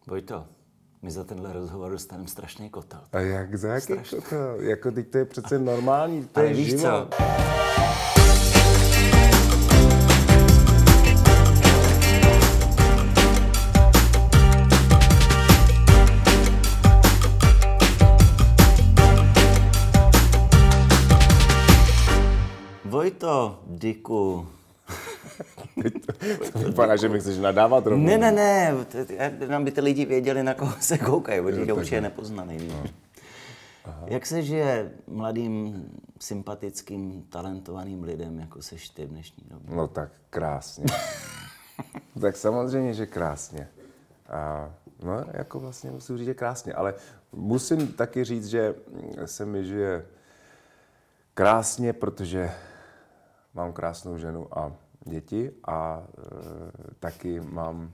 Vojto, my za tenhle rozhovor dostaneme strašný kotel. A jak za jaký kotel? Jako teď to je přece normální, to ale je víš život. co? Vojto, Diku. To vypadá, že mi chceš nadávat rovnou. Ne, jenom by ty lidi věděli, na koho se koukají, protože určitě nepoznaný. No. Jak se žije mladým, sympatickým, talentovaným lidem, jako seš ty v dnešní době? No tak krásně. Tak samozřejmě, že krásně. A no, jako vlastně musím říct, že krásně, ale musím taky říct, že se mi žije krásně, protože mám krásnou ženu a děti a taky mám...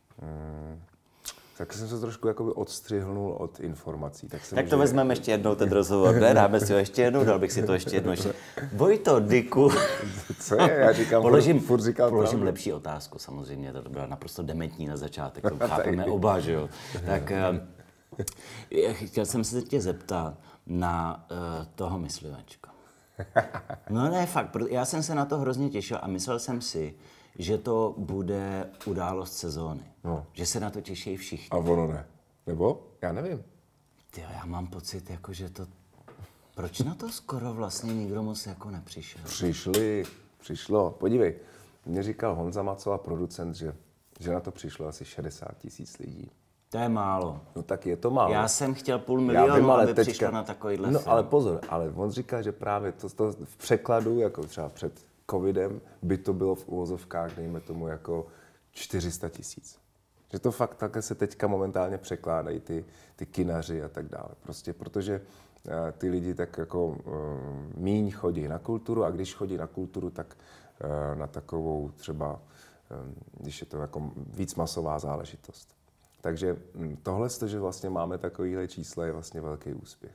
Tak jsem se trošku jakoby odstřihnul od informací. Tak to vezmeme ještě jednou ten rozhovor, ne? Dáme si ho ještě jednou, dal bych si to ještě jednou. Vojto, Diku. Co je? Já říkám, furt říkám položím lepší otázku, samozřejmě, to byla naprosto dementní na začátek, to chápeme oba, že jo. Tak chtěl jsem se tě zeptat na toho myslivačka. No ne, fakt, já jsem se na to hrozně těšil a myslel jsem si, že to bude událost sezóny. No. Že se na to těší všichni. A ono ne. Nebo? Já nevím. Tyjo, já mám pocit, jako, že to... Proč na to skoro vlastně nikdo moc jako nepřišel? Přišlo. Podívej, mě říkal Honza Macová, producent, že na to přišlo asi 60 000 lidí. To je málo. No tak je to málo. Já jsem chtěl 500 000, aby přišlo na takovýhle film. No ale pozor, ale on říká, že právě to v překladu, jako třeba před covidem, by to bylo v uvozovkách, dejme tomu, jako 400 000. Že to fakt také se teďka momentálně překládají ty kinaři a tak dále. Prostě protože ty lidi tak jako míň chodí na kulturu a když chodí na kulturu, tak na takovou třeba, když je to jako víc masová záležitost. Takže tohle, že vlastně máme takovýhle čísla, je vlastně velký úspěch.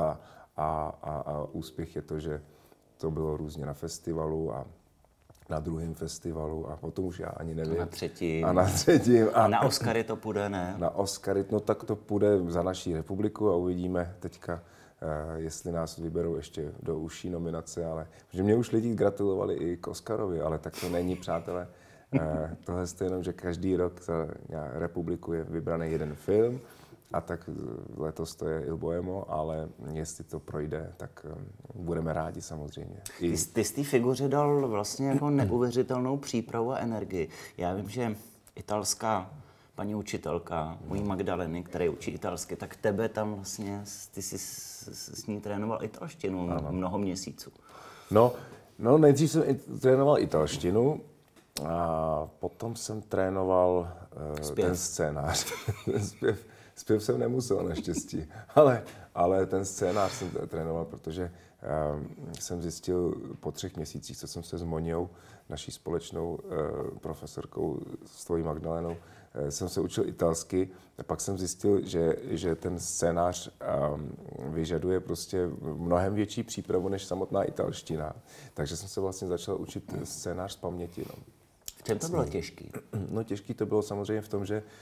A úspěch je to, že to bylo různě na festivalu a na druhém festivalu a potom už já ani nevím. A na třetím. A na Oscary to půjde, ne? Na Oscary, no tak to půjde za naší republiku a uvidíme teďka, jestli nás vyberou ještě do užší nominace, ale protože mě už lidi gratulovali i k Oscarovi, ale tak to není, přátelé. Tohle je jenom, že každý rok za republiku je vybraný jeden film a tak letos to je Il Bohemo, ale jestli to projde, tak budeme rádi samozřejmě. Ty jsi té figuře dal vlastně jako neuvěřitelnou přípravu a energii. Já vím, že italská paní učitelka, mojí Magdaleny, která učí italsky, tak tebe tam vlastně, ty jsi s ní trénoval italštinu mnoho měsíců. No nejdřív jsem trénoval italštinu, a potom jsem trénoval ten scénář. Zpěv jsem nemusel naštěstí, ale ten scénář jsem trénoval, protože jsem zjistil po 3 měsících, co jsem se s Moniou, naší společnou profesorkou, s tvojí Magdalenou, jsem se učil italsky a pak jsem zjistil, že ten scénář vyžaduje prostě mnohem větší přípravu než samotná italština. Takže jsem se vlastně začal učit scénář z paměti. No. V čem to bylo těžký? No těžký to bylo samozřejmě v tom, že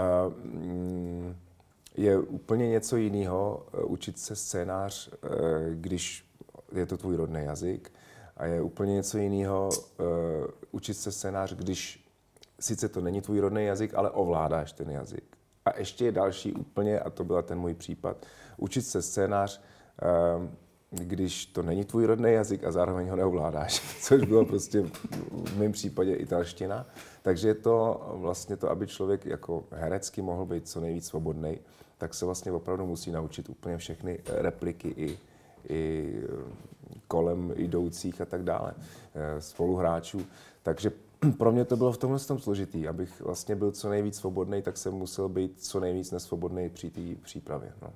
je úplně něco jiného učit se scénář, když je to tvůj rodný jazyk, a je úplně něco jiného učit se scénář, když sice to není tvůj rodný jazyk, ale ovládáš ten jazyk. A ještě je další úplně, a to byl ten můj případ, učit se scénář, když to není tvůj rodný jazyk a zároveň ho neovládáš, což bylo prostě v mém případě italština. Takže je to vlastně to, aby člověk jako herecky mohl být co nejvíc svobodný, tak se vlastně opravdu musí naučit úplně všechny repliky i kolem jdoucích a tak dále, spoluhráčů. Takže pro mě to bylo v tomhle složitý. Abych vlastně byl co nejvíc svobodný, tak jsem musel být co nejvíc nesvobodný při té přípravě. No.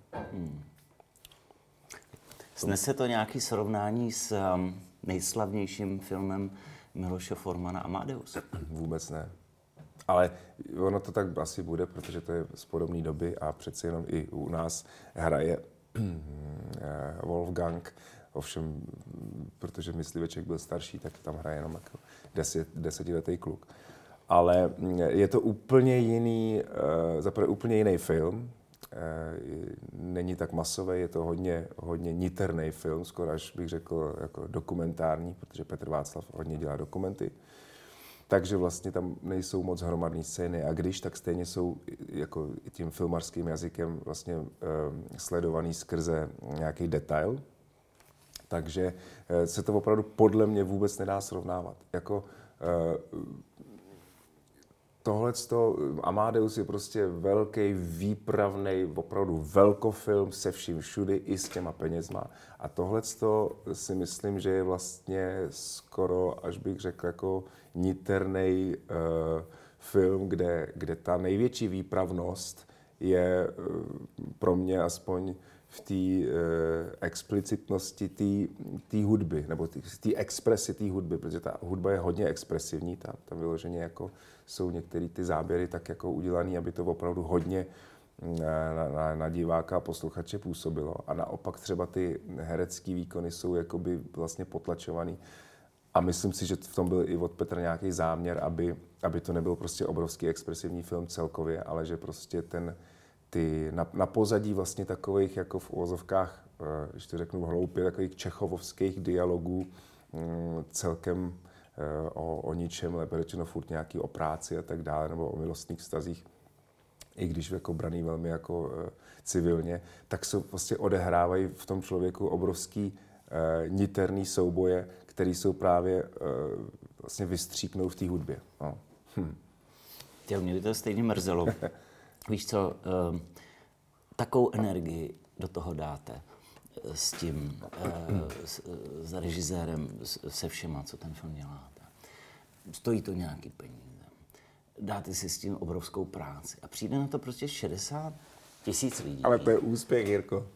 Snese to nějaké srovnání s nejslavnějším filmem Miloše Formana Amadeus? Vůbec ne. Ale ono to tak asi bude, protože to je z podobné doby a přece jenom i u nás hraje Wolfgang. Ovšem, protože mysliveček byl starší, tak tam hraje jenom jako 10letý kluk. Ale je to úplně jiný, zaprvé úplně jiný film. Není tak masový, je to hodně niterný film, skoro až bych řekl jako dokumentární, protože Petr Václav hodně dělá dokumenty. Takže vlastně tam nejsou moc hromadné scény a když, tak stejně jsou jako tím filmařským jazykem vlastně sledovaný skrze nějaký detail. Takže se to opravdu podle mě vůbec nedá srovnávat. Jako tohleto, Amadeus je prostě velký, výpravný, opravdu velkofilm se vším všudy, i s těma penězma. A tohleto si myslím, že je vlastně skoro, až bych řekl, jako niternej film, kde ta největší výpravnost je pro mě aspoň v té explicitnosti té hudby, nebo té expresi té hudby, protože ta hudba je hodně expresivní, tam vyloženě jako jsou některé ty záběry tak jako udělané, aby to opravdu hodně na diváka a posluchače působilo. A naopak třeba ty herecké výkony jsou jakoby vlastně potlačovaný. A myslím si, že v tom byl i od Petra nějaký záměr, aby to nebyl prostě obrovský expresivní film celkově, ale že prostě na pozadí vlastně takových jako v uvozovkách, když to řeknu hloupě, takových čechovovských dialogů celkem o ničem, lépe řečeno furt nějaký o práci a tak dále, nebo o milostných vztazích, i když jako braný velmi jako civilně, tak se vlastně odehrávají v tom člověku obrovský niterný souboje, které jsou právě vlastně vystříknou v té hudbě. No. Mě by to stejně mrzelo. Víš co, takovou energii do toho dáte s tím, s režisérem, se všema, co ten film děláte. Stojí to nějaký peníze. Dáte si s tím obrovskou práci. A přijde na to prostě 60 000 lidí. Ale to je úspěch, Jirko.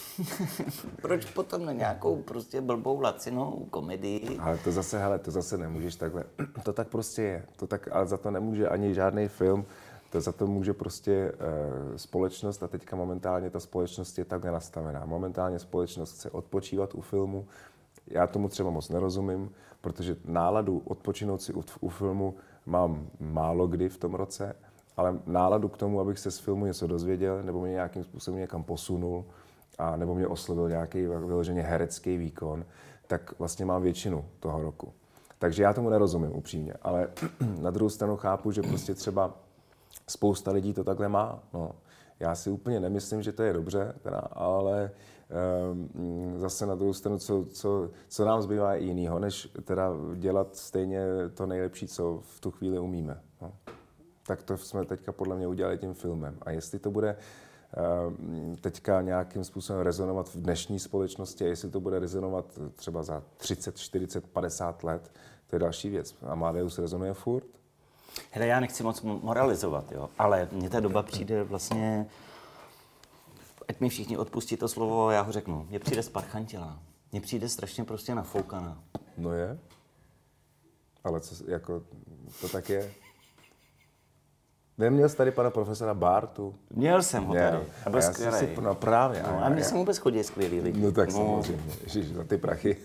Proč potom na nějakou prostě blbou lacinou komedii? Ale to zase nemůžeš takhle. To tak prostě je. Ale za to nemůže ani žádný film. To za to může prostě společnost a teďka momentálně ta společnost je takhle nastavená. Momentálně společnost chce odpočívat u filmu. Já tomu třeba moc nerozumím, protože náladu odpočinout si u filmu mám málo kdy v tom roce, ale náladu k tomu, abych se z filmu něco dozvěděl, nebo mě nějakým způsobem někam posunul, a nebo mě oslovil nějaký vyloženě herecký výkon, tak vlastně mám většinu toho roku. Takže já tomu nerozumím upřímně, ale na druhou stranu chápu, že prostě třeba spousta lidí to takhle má. No. Já si úplně nemyslím, že to je dobře, ale zase na druhou stranu, co nám zbývá jinýho, než teda dělat stejně to nejlepší, co v tu chvíli umíme. No. Tak to jsme teďka podle mě udělali tím filmem. A jestli to bude teďka nějakým způsobem rezonovat v dnešní společnosti a jestli to bude rezonovat třeba za 30, 40, 50 let, to je další věc. Amadeus rezonuje furt. Hele, já nechci moc moralizovat, jo, ale mně ta doba přijde vlastně, ať mi všichni odpustí to slovo, já ho řeknu, mně přijde sparchantilá. Mně přijde strašně prostě nafoukaná. No je. Ale co, jako, to tak je. Neměl jsi tady pana profesora Bártu? Měl jsem ho tady. A byl skvělej. No právě. No, a mně se vůbec chodí skvělý lidi. No tak samozřejmě. Ježiš, za ty prachy.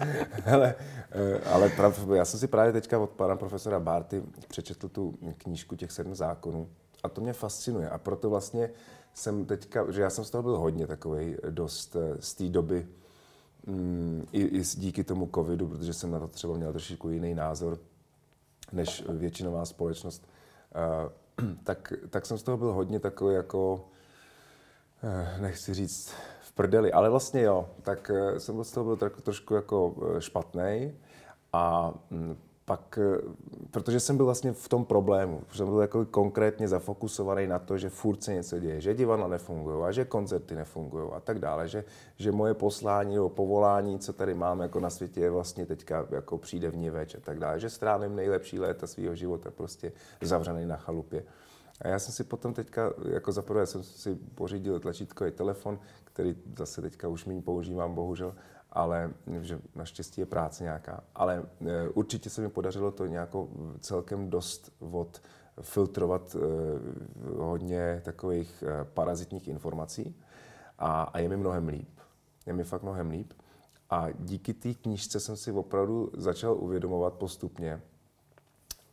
ale já jsem si právě teďka od pana profesora Bárty přečetl tu knížku těch 7 zákonů. A to mě fascinuje. A proto vlastně jsem teďka, že já jsem z toho byl hodně takovej dost z té doby, i díky tomu covidu, protože jsem na to třeba měl trošičku jiný názor než většinová společnost. Tak jsem z toho byl hodně takový jako, nechci říct v prdeli, ale vlastně jo, tak jsem z toho byl trošku jako špatnej a pak, protože jsem byl vlastně v tom problému, že jsem byl jako konkrétně zafokusovaný na to, že furt se něco děje, že divadla nefungují a že koncerty nefungují a tak dále, že moje poslání nebo povolání, co tady mám jako na světě, je vlastně teďka jako přijde v niveč a tak dále, že strávím nejlepší léta svého života prostě zavřený na chalupě. A já jsem si potom teďka, jako zaprvé jsem si pořídil tlačítkový telefon, který zase teďka už méně používám, bohužel, ale že naštěstí je práce nějaká. Ale určitě se mi podařilo to nějakou celkem dost filtrovat hodně takových parazitních informací a je mi mnohem líp. Je mi fakt mnohem líp. A díky té knížce jsem si opravdu začal uvědomovat postupně,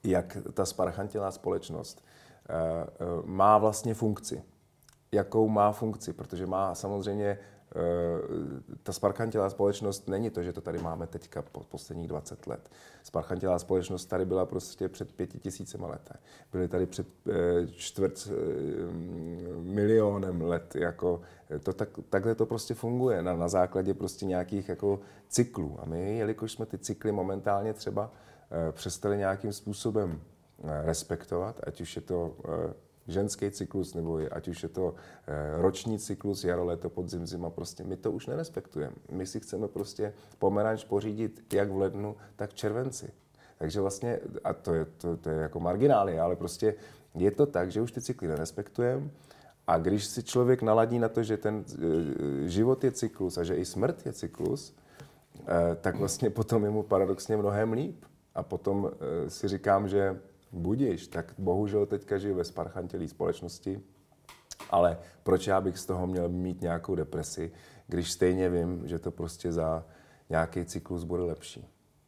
jak ta sparchantilá společnost má vlastně funkci. Jakou má funkci, protože má samozřejmě ta sparchantilá společnost není to, že to tady máme teďka po posledních 20 let. Sparchantilá společnost tady byla prostě před 5000 lety. Byly tady před čtvrt milionem let. Jako to takhle to prostě funguje na základě prostě nějakých jako cyklů. A my, jelikož jsme ty cykly momentálně třeba přestali nějakým způsobem respektovat, ať už je to ženský cyklus, nebo ať už je to roční cyklus, jaro, léto, podzim, zima, prostě my to už nerespektujeme. My si chceme prostě pomeranč pořídit jak v lednu, tak v červenci. Takže vlastně, a to je jako marginálie, ale prostě je to tak, že už ty cykly nerespektujeme a když si člověk naladí na to, že ten život je cyklus a že i smrt je cyklus, tak vlastně potom je mu paradoxně mnohem líp. A potom si říkám, že budiš, tak bohužel teďka žiju ve sparchantilé společnosti, ale proč já bych z toho měl mít nějakou depresi, když stejně vím, že to prostě za nějaký cyklus bude lepší.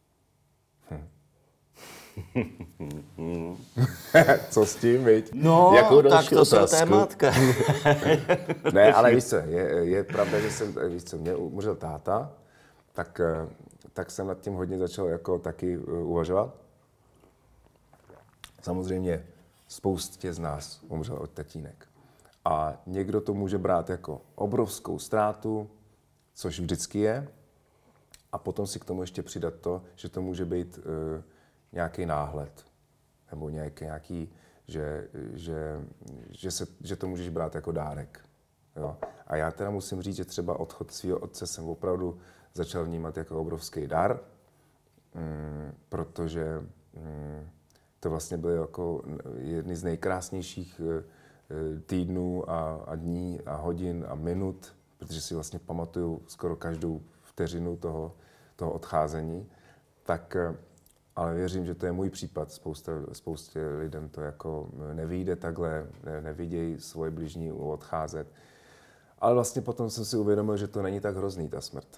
Co s tím, viď? No, jakou tak to jsou otázku? tématka. Ne, ale víš co, je pravda, že mě umřel táta, tak jsem nad tím hodně začal jako taky uvažovat. Samozřejmě spoustě z nás umřel od tatínek. A někdo to může brát jako obrovskou ztrátu, což vždycky je. A potom si k tomu ještě přidat to, že to může být nějaký náhled. Nebo nějaký že to můžeš brát jako dárek. Jo? A já teda musím říct, že třeba odchod svého otce jsem opravdu začal vnímat jako obrovský dar, protože to vlastně byly jako jedny z nejkrásnějších týdnů a dní a hodin a minut, protože si vlastně pamatuju skoro každou vteřinu toho odcházení. Tak, ale věřím, že to je můj případ. Spoustě lidem to jako nevyjde takhle, nevidějí svoje bližní odcházet. Ale vlastně potom jsem si uvědomil, že to není tak hrozný, ta smrt.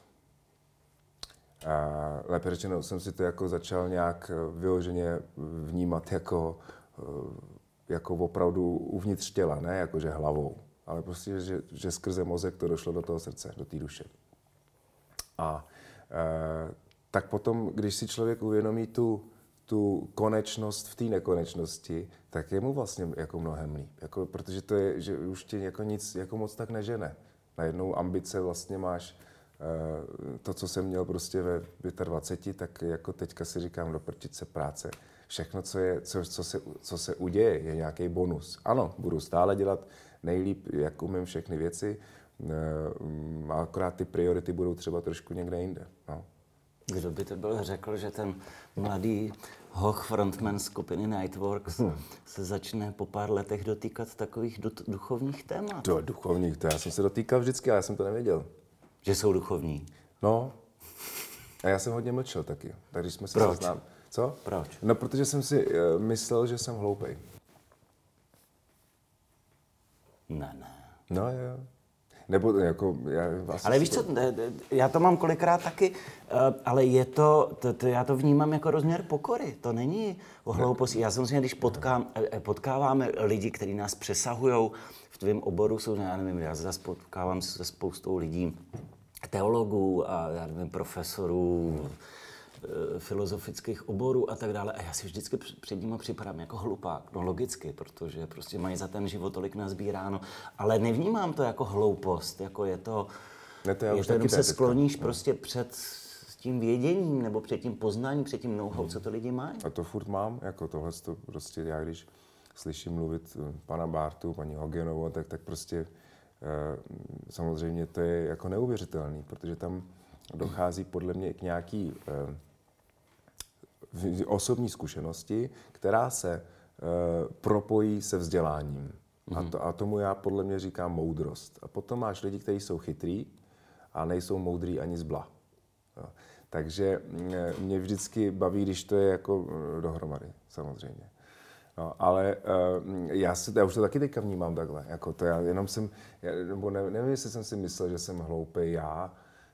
A lépe řečeno, jsem si to jako začal nějak vyloženě vnímat jako opravdu uvnitř těla, ne jakože hlavou, ale prostě, že skrze mozek to došlo do toho srdce, do té duše. A tak potom, když si člověk uvědomí tu konečnost v té nekonečnosti, tak je mu vlastně jako mnohem líp. Jako, protože to je, že už tě jako nic jako moc tak nežene. Najednou ambice vlastně máš to, co jsem měl prostě ve 25, tak jako teďka si říkám do prčice práce. Všechno, co se uděje, je nějaký bonus. Ano, budu stále dělat nejlíp, jak umím všechny věci, a akorát ty priority budou třeba trošku někde jinde. No. Kdo by to byl řekl, že ten mladý hoch, frontman skupiny Nightworks, se začne po pár letech dotýkat takových duchovních témat? To duchovních, to já jsem se dotýkal vždycky, ale já jsem to nevěděl. Že jsou duchovní? No. A já jsem hodně mlčel taky. Tak když jsme se Proč? seznám. Co? Proč? No, protože jsem si myslel, že jsem hloupej. Ne. No jo. Nebo jako... Ale víš co, já to mám kolikrát taky, ale je to já to vnímám jako rozměr pokory. To není o hlouposti. Já samozřejmě, když potkáváme lidi, kteří nás přesahujou v tvém oboru, jsou, já nevím, já zase potkávám se spoustou lidí, teologů a já nevím, profesorů, filozofických oborů a tak dále. A já si vždycky před nimi připadám jako hlupák. No logicky, protože prostě mají za ten život tolik nazbíráno. Ale nevnímám to jako hloupost, jako je to jenom se skloníš prostě před tím věděním nebo před tím poznáním, před tím know-how, co to lidi mají. A to furt mám, jako tohle to prostě já, když slyším mluvit pana Bártu, paní Hogenovou, tak prostě samozřejmě to je jako neuvěřitelný, protože tam dochází podle mě k nějaký osobní zkušenosti, která se propojí se vzděláním. A tomu já podle mě říkám moudrost. A potom máš lidi, kteří jsou chytrý a nejsou moudrý ani zbla. Jo. Takže mě vždycky baví, když to je jako dohromady, samozřejmě. No, ale já už to taky teďka vnímám takhle. Jako to já jenom jsem, nebo nevím, jestli jsem si myslel, že jsem hloupej já,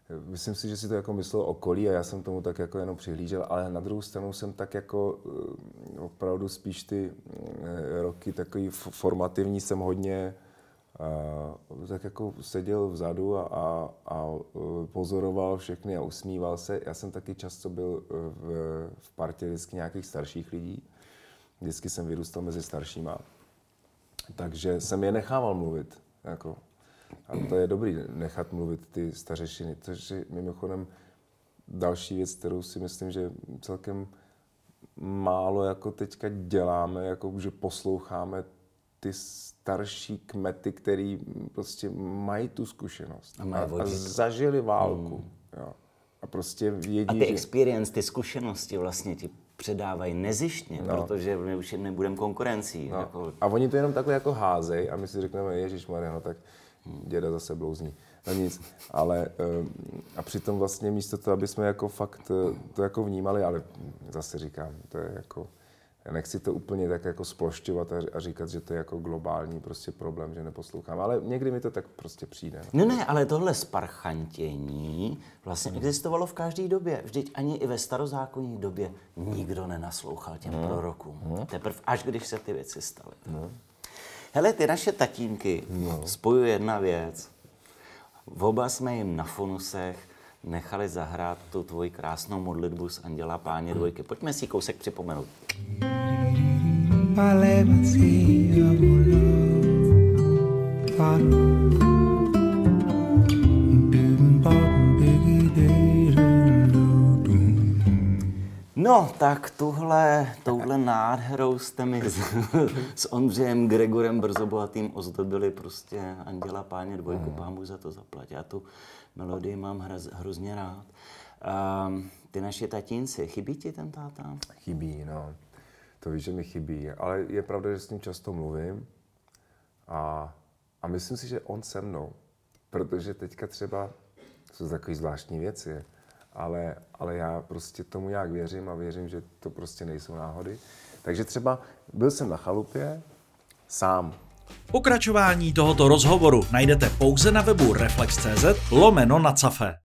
myslím si, že si to jako myslel okolí a já jsem tomu tak jako jenom přihlížel, ale na druhou stranu jsem tak jako opravdu spíš ty roky takový formativní jsem hodně tak jako seděl vzadu a pozoroval všechny a usmíval se. Já jsem taky často byl v partě vždycky nějakých starších lidí. Vždycky jsem vyrůstal mezi staršíma. Takže jsem je nechával mluvit. Jako. A to je dobrý, nechat mluvit ty stařešiny. Což je mimochodem další věc, kterou si myslím, že celkem málo jako teďka děláme, jako že posloucháme ty starší kmety, který prostě mají tu zkušenost a zažili válku. Jo. A prostě vědí, a ty experience, ty zkušenosti vlastně ti předávají nezištně, protože my už nebudeme konkurencí. No. Jako... A oni to jenom takhle jako házej a my si řekneme, ježišmarja, no tak děda zase blouzní. No nic, ale a přitom vlastně místo toho, aby jsme jako fakt to jako vnímali, ale zase říkám, to je jako, já nechci to úplně tak jako splošťovat a říkat, že to je jako globální prostě problém, že neposlouchám, ale někdy mi to tak prostě přijde. Ne, ale tohle sparchantění vlastně existovalo v každé době. Vždyť ani i ve starozákonní době nikdo nenaslouchal těm prorokům. Teprve až když se ty věci staly. Hele, ty naše tatínky spojuje jedna věc. Oba jsme jim na funusech nechali zahrát tu tvoji krásnou modlitbu z Anděla Páně dvojky. Pojďme si kousek připomenout. No, tak touhle nádherou jste mi s Ondřejem Gregorem Brzobohatým ozdobili prostě Anděla Páně dvojku, Pán Bůh za to zaplať. Já tu melodii mám hrozně rád. Ty naši tatínci, chybí ti ten táta? Chybí, no. To víš, že mi chybí, ale je pravda, že s ním často mluvím a myslím si, že on se mnou, protože teďka třeba jsou takové zvláštní věci, ale já prostě tomu nějak věřím a věřím, že to prostě nejsou náhody. Takže třeba byl jsem na chalupě sám. Pokračování tohoto rozhovoru najdete pouze na webu Reflex.cz/Nacafe.